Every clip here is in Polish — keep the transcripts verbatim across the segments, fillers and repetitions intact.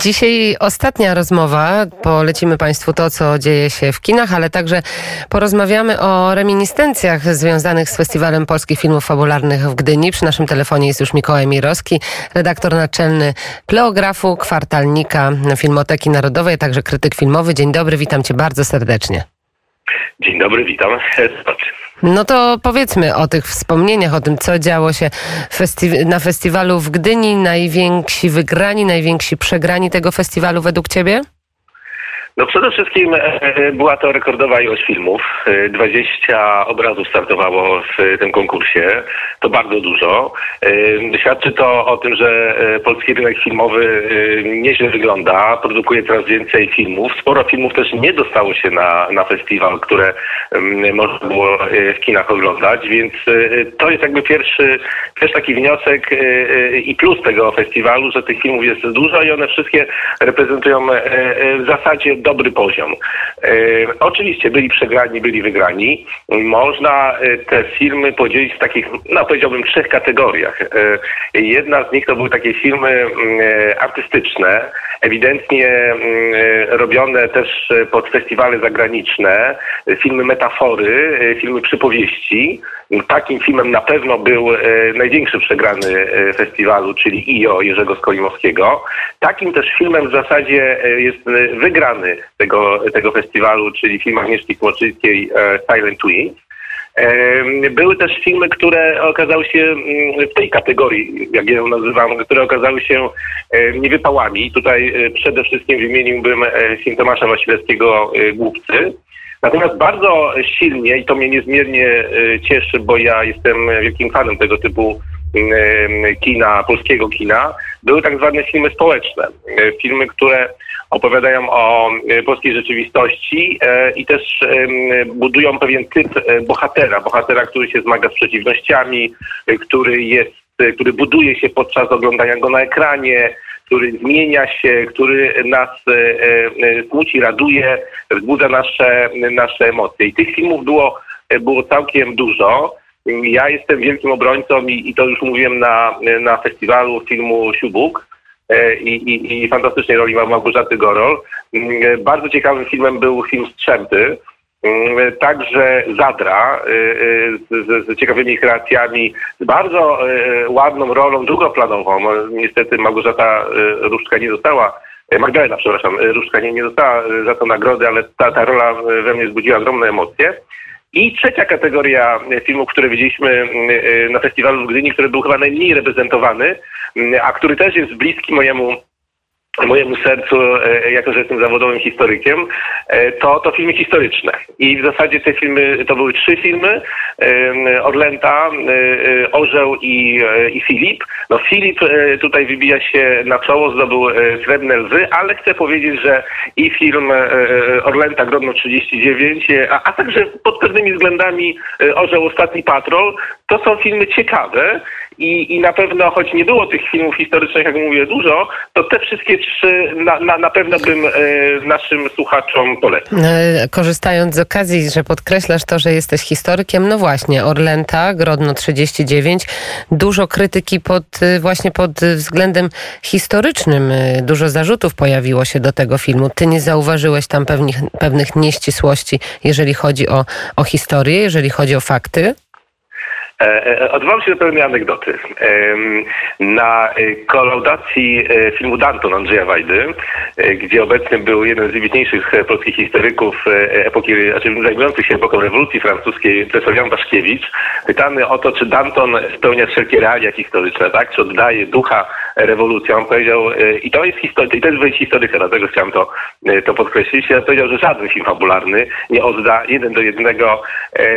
Dzisiaj ostatnia rozmowa. Polecimy Państwu to, co dzieje się w kinach, ale także porozmawiamy o reminiscencjach związanych z Festiwalem Polskich Filmów Fabularnych w Gdyni. Przy naszym telefonie jest już Mikołaj Mirowski, redaktor naczelny Pleografu, kwartalnika Filmoteki Narodowej, a także krytyk filmowy. Dzień dobry, witam Cię bardzo serdecznie. Dzień dobry, witam. No to powiedzmy o tych wspomnieniach, o tym, co działo się festi- na festiwalu w Gdyni. Najwięksi wygrani, najwięksi przegrani tego festiwalu według Ciebie? No przede wszystkim była to rekordowa ilość filmów. dwadzieścia obrazów startowało w tym konkursie. To bardzo dużo. Świadczy to o tym, że polski rynek filmowy nieźle wygląda, produkuje coraz więcej filmów. Sporo filmów też nie dostało się na, na festiwal, które można było w kinach oglądać, więc to jest jakby pierwszy, pierwszy taki wniosek i plus tego festiwalu, że tych filmów jest dużo i one wszystkie reprezentują w zasadzie dobry poziom. E, oczywiście byli przegrani, byli wygrani. Można te filmy podzielić w takich, no powiedziałbym, trzech kategoriach. E, jedna z nich to były takie filmy e, artystyczne, ewidentnie e, robione też pod festiwale zagraniczne, filmy metafory, e, filmy przypowieści. Takim filmem na pewno był e, największy przegrany e, festiwalu, czyli I O Jerzego Skolimowskiego. Takim też filmem w zasadzie e, jest wygrany tego, tego festiwalu, czyli film Agnieszki Kłoczyńskiej e, Silent Twins. E, były też filmy, które okazały się w tej kategorii, jak je nazywam, które okazały się e, niewypałami. Tutaj e, przede wszystkim wymieniłbym e, film Tomasza Wasilewskiego e, Głupcy. Natomiast bardzo silnie, i to mnie niezmiernie cieszy, bo ja jestem wielkim fanem tego typu kina, polskiego kina, były tak zwane filmy społeczne. Filmy, które opowiadają o polskiej rzeczywistości i też budują pewien typ bohatera. Bohatera, który się zmaga z przeciwnościami, który jest, który buduje się podczas oglądania go na ekranie, który zmienia się, który nas e, e, smuci, raduje, wzbudza nasze, nasze emocje. I tych filmów było, było całkiem dużo. Ja jestem wielkim obrońcą i, i to już mówiłem na, na festiwalu filmu Siubuk e, i, i, i fantastycznej roli Małgorzaty Gorol. E, bardzo ciekawym filmem był film Strzępy. Także Zadra z, z, z ciekawymi kreacjami, z bardzo ładną rolą drugoplanową. Niestety Małgorzata Różczka nie dostała, Magdalena, przepraszam, Różczka nie, nie dostała za to nagrody, ale ta, ta rola we mnie wzbudziła ogromne emocje. I trzecia kategoria filmów, które widzieliśmy na festiwalu w Gdyni, który był chyba najmniej reprezentowany, a który też jest bliski mojemu mojemu sercu, jako że jestem zawodowym historykiem, to, to filmy historyczne. I w zasadzie te filmy, to były trzy filmy, Orlęta, Orzeł i, i Filip. No Filip tutaj wybija się na czoło, zdobył Srebrne Lwy, ale chcę powiedzieć, że i film Orlęta Grodno trzydzieści dziewięć, a, a także pod pewnymi względami Orzeł Ostatni Patrol, to są filmy ciekawe. I, I na pewno, choć nie było tych filmów historycznych, jak mówię, dużo, to te wszystkie trzy na, na, na pewno bym e, naszym słuchaczom polecił. Korzystając z okazji, że podkreślasz to, że jesteś historykiem, no właśnie, Orlęta, Grodno trzydzieści dziewięć, dużo krytyki pod, właśnie pod względem historycznym, dużo zarzutów pojawiło się do tego filmu. Ty nie zauważyłeś tam pewnych, pewnych nieścisłości, jeżeli chodzi o, o historię, jeżeli chodzi o fakty? Odwołam się do pewnej anegdoty. Na kolaudacji filmu Danton Andrzeja Wajdy, gdzie obecny był jeden z wybitniejszych polskich historyków epoki, znaczy zajmujących się epoką rewolucji francuskiej, profesor Jan Waszkiewicz, pytany o to, czy Danton spełnia wszelkie realia historyczne, tak? Czy oddaje ducha rewolucji. On powiedział, i to jest historyk, i to jest wyjść historyka, dlatego chciałem to, to podkreślić, ja powiedział, że żaden film fabularny nie odda jeden do jednego e, e,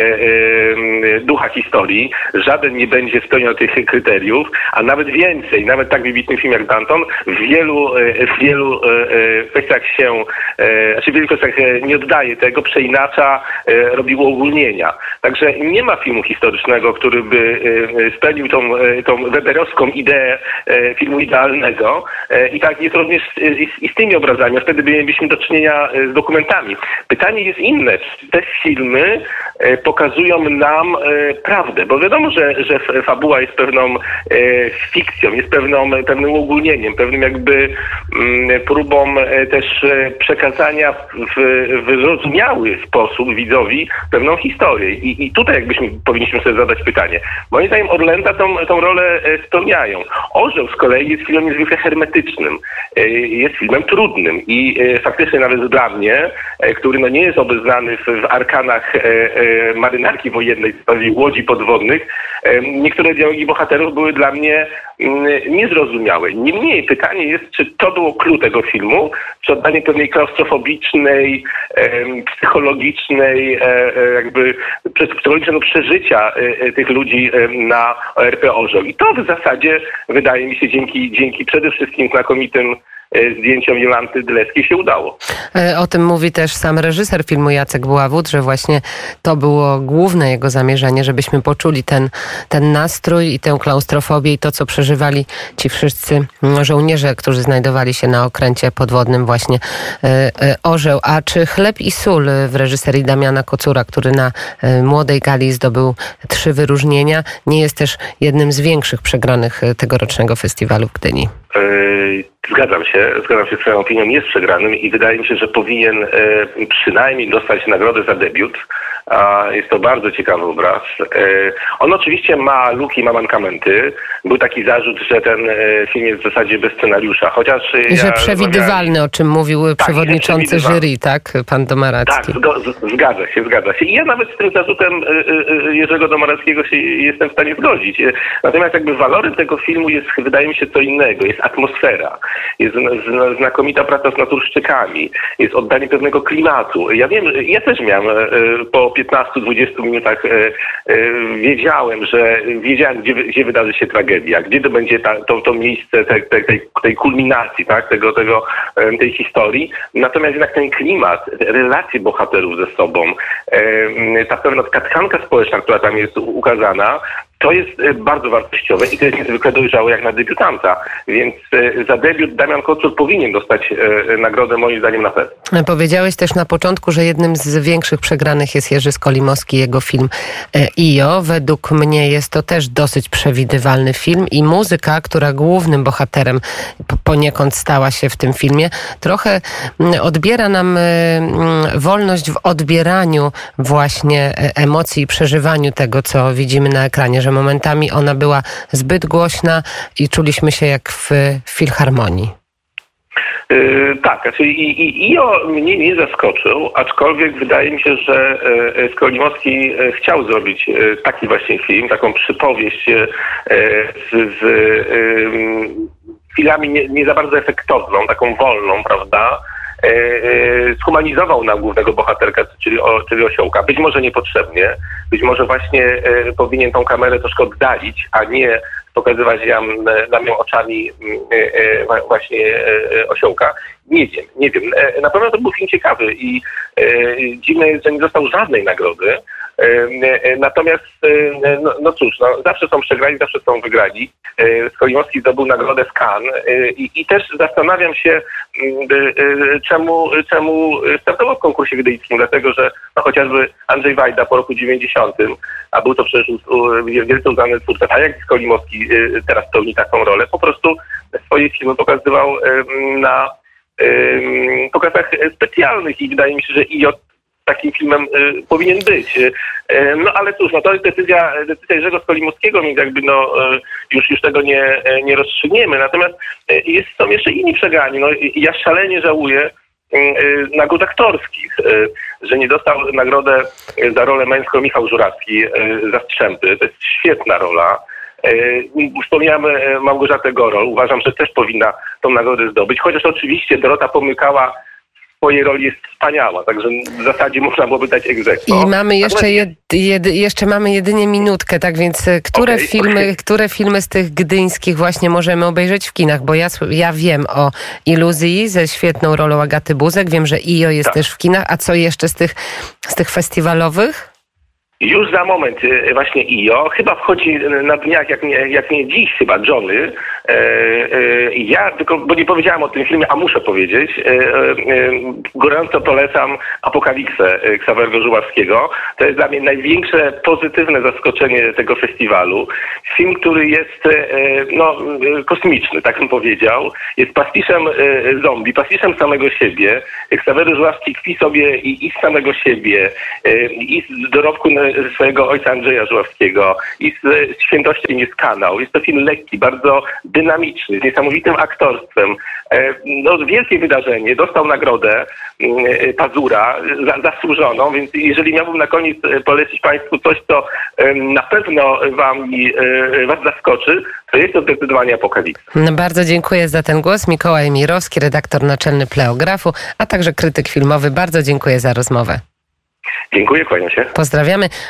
e, ducha historii, żaden nie będzie spełniał tych kryteriów, a nawet więcej, nawet tak wybitny film jak Danton w wielu, w wielu kwestiach się, znaczy w wielu kwestiach nie oddaje tego, przeinacza, robi uogólnienia. Także nie ma filmu historycznego, który by spełnił tą, tą weberowską ideę filmu idealnego. I tak jest również z, i z tymi obrazami, a wtedy mielibyśmy do czynienia z dokumentami. Pytanie jest inne, czy te filmy pokazują nam prawdę, bo wiadomo, że, że fabuła jest pewną fikcją, jest pewną, pewnym uogólnieniem, pewnym jakby próbą też przekazania w wyrozumiały sposób widzowi pewną historię. I, i tutaj jakbyśmy powinniśmy sobie zadać pytanie. Moim zdaniem Orlęta tą, tą rolę spełniają. Orzeł z kolei jest filmem niezwykle hermetycznym. Jest filmem trudnym i faktycznie nawet dla mnie, który no nie jest obeznany w, w arkanach marynarki wojennej, łodzi podwodnych, niektóre dialogi bohaterów były dla mnie niezrozumiałe. Niemniej pytanie jest, czy to było clue tego filmu, czy oddanie pewnej klaustrofobicznej, psychologicznej, jakby psychologicznego przeżycia tych ludzi na O R P Orzeł. I to w zasadzie, wydaje mi się, dzięki, dzięki przede wszystkim znakomitym zdjęciom Jolanty Dylewskiej się udało. O tym mówi też sam reżyser filmu Jacek Buławut, że właśnie to było główne jego zamierzenie, żebyśmy poczuli ten, ten nastrój i tę klaustrofobię i to, co przeżywali ci wszyscy żołnierze, którzy znajdowali się na okręcie podwodnym właśnie Orzeł. A czy Chleb i sól w reżyserii Damiana Kocura, który na Młodej Gali zdobył trzy wyróżnienia, nie jest też jednym z większych przegranych tegorocznego festiwalu w Gdyni? Zgadzam się, zgadzam się z swoją opinią, jest przegranym i wydaje mi się, że powinien e, przynajmniej dostać nagrodę za debiut. A jest to bardzo ciekawy obraz. E, on oczywiście ma luki, ma mankamenty. Był taki zarzut, że ten e, film jest w zasadzie bez scenariusza, chociaż... I że ja przewidywalny, o czym mówił tak, przewodniczący jury, tak? Pan Domaracki. Tak, zgo, z, zgadza się, zgadza się. I ja nawet z tym zarzutem e, e, Jerzego Domarackiego się jestem w stanie zgodzić. Natomiast jakby walorem tego filmu jest, wydaje mi się, co innego. Jest atmosfera. Jest znakomita praca z naturszczykami, jest oddanie pewnego klimatu. Ja wiem, ja też miałem po piętnastu dwudziestu minutach wiedziałem, że wiedziałem, gdzie, gdzie wydarzy się tragedia, gdzie to będzie ta, to, to miejsce tej, tej, tej kulminacji, tak, tego, tego, tej historii. Natomiast jednak ten klimat, relacje bohaterów ze sobą, ta pewna tkanka społeczna, która tam jest ukazana, to jest bardzo wartościowe i to jest niezwykle dojrzałe jak na debiutanta. Więc za debiut Damian Kocur powinien dostać nagrodę moim zdaniem na pewno. Powiedziałeś też na początku, że jednym z większych przegranych jest Jerzy Skolimowski, jego film I O. Według mnie jest to też dosyć przewidywalny film i muzyka, która głównym bohaterem poniekąd stała się w tym filmie, trochę odbiera nam wolność w odbieraniu właśnie emocji i przeżywaniu tego, co widzimy na ekranie, że momentami ona była zbyt głośna i czuliśmy się jak w filharmonii. Yy, tak, znaczy i, i, i o mnie nie zaskoczył, aczkolwiek wydaje mi się, że e, Skolimowski e, chciał zrobić e, taki właśnie film, taką przypowieść e, z, z e, chwilami nie, nie za bardzo efektowną, taką wolną, prawda? E, e, zhumanizował nam głównego bohaterka, czyli, o, czyli osiołka. Być może niepotrzebnie, być może właśnie e, powinien tą kamerę troszkę oddalić, a nie pokazywać nam, nam ją oczami e, właśnie e, osiołka. Nie wiem, nie wiem. E, na pewno to był film ciekawy i e, dziwne jest, że nie dostał żadnej nagrody. E, e, natomiast, e, no, no cóż, no, zawsze są przegrani, zawsze są wygrani. E, Skolimowski zdobył nagrodę w Cannes e, i, i też zastanawiam się, e, e, czemu, czemu startował w konkursie gdyńskim, dlatego że no, chociażby Andrzej Wajda po roku dziewięćdziesiątym, a był to przecież wielce uznany twórca, tak jak Skolimowski e, teraz pełni taką rolę, po prostu swoje filmy pokazywał e, na pokazach specjalnych i wydaje mi się, że I O takim filmem y, powinien być. Y, no ale cóż, no to jest decyzja, decyzja Jerzego Skolimowskiego, więc jakby no y, już, już tego nie, nie rozstrzygniemy. Natomiast y, jest, są jeszcze inni przegrani. No, y, ja szalenie żałuję y, y, nagród aktorskich, y, że nie dostał nagrodę za rolę męską Michał Żurawski y, za Strzępy. To jest świetna rola. Wspomniałem Małgorzatę Gorol. Uważam, że też powinna tą nagrodę zdobyć. Chociaż oczywiście Dorota Pomykała w swojej roli jest wspaniała. Także w zasadzie można byłoby dać egz aequo. I mamy jeszcze, jed, jed, jeszcze mamy jedynie minutkę, tak więc które, okay, filmy, okay. które filmy z tych gdyńskich właśnie możemy obejrzeć w kinach? Bo ja, ja wiem o Iluzji ze świetną rolą Agaty Buzek. Wiem, że I O jest tak. też w kinach. A co jeszcze z tych, z tych festiwalowych? Już za moment właśnie I O, chyba wchodzi na dniach, jak nie, jak nie dziś chyba, Johnny. E, e, ja, tylko, bo nie powiedziałem o tym filmie, a muszę powiedzieć, e, e, gorąco polecam Apokalipsę Ksawerego Żuławskiego. To jest dla mnie największe pozytywne zaskoczenie tego festiwalu. Film, który jest e, no, kosmiczny, tak bym powiedział. Jest pastiszem e, zombie, pastiszem samego siebie. Ksawery Żuławski kpi sobie i, i z samego siebie, e, i z dorobku swojego ojca Andrzeja Żuławskiego, i z, z świętości nie skanał. Jest to film lekki, bardzo dynamiczny, z niesamowitym aktorstwem. E, no, wielkie wydarzenie. Dostał nagrodę e, Pazura za, zasłużoną, więc jeżeli miałbym na koniec polecić Państwu coś, co e, na pewno wam, e, Was zaskoczy, to jest to zdecydowanie Apokalipsa. No, bardzo dziękuję za ten głos. Mikołaj Mirowski, redaktor naczelny Pleografu, a także krytyk filmowy. Bardzo dziękuję za rozmowę. Dziękuję, kłaniam się. Pozdrawiamy.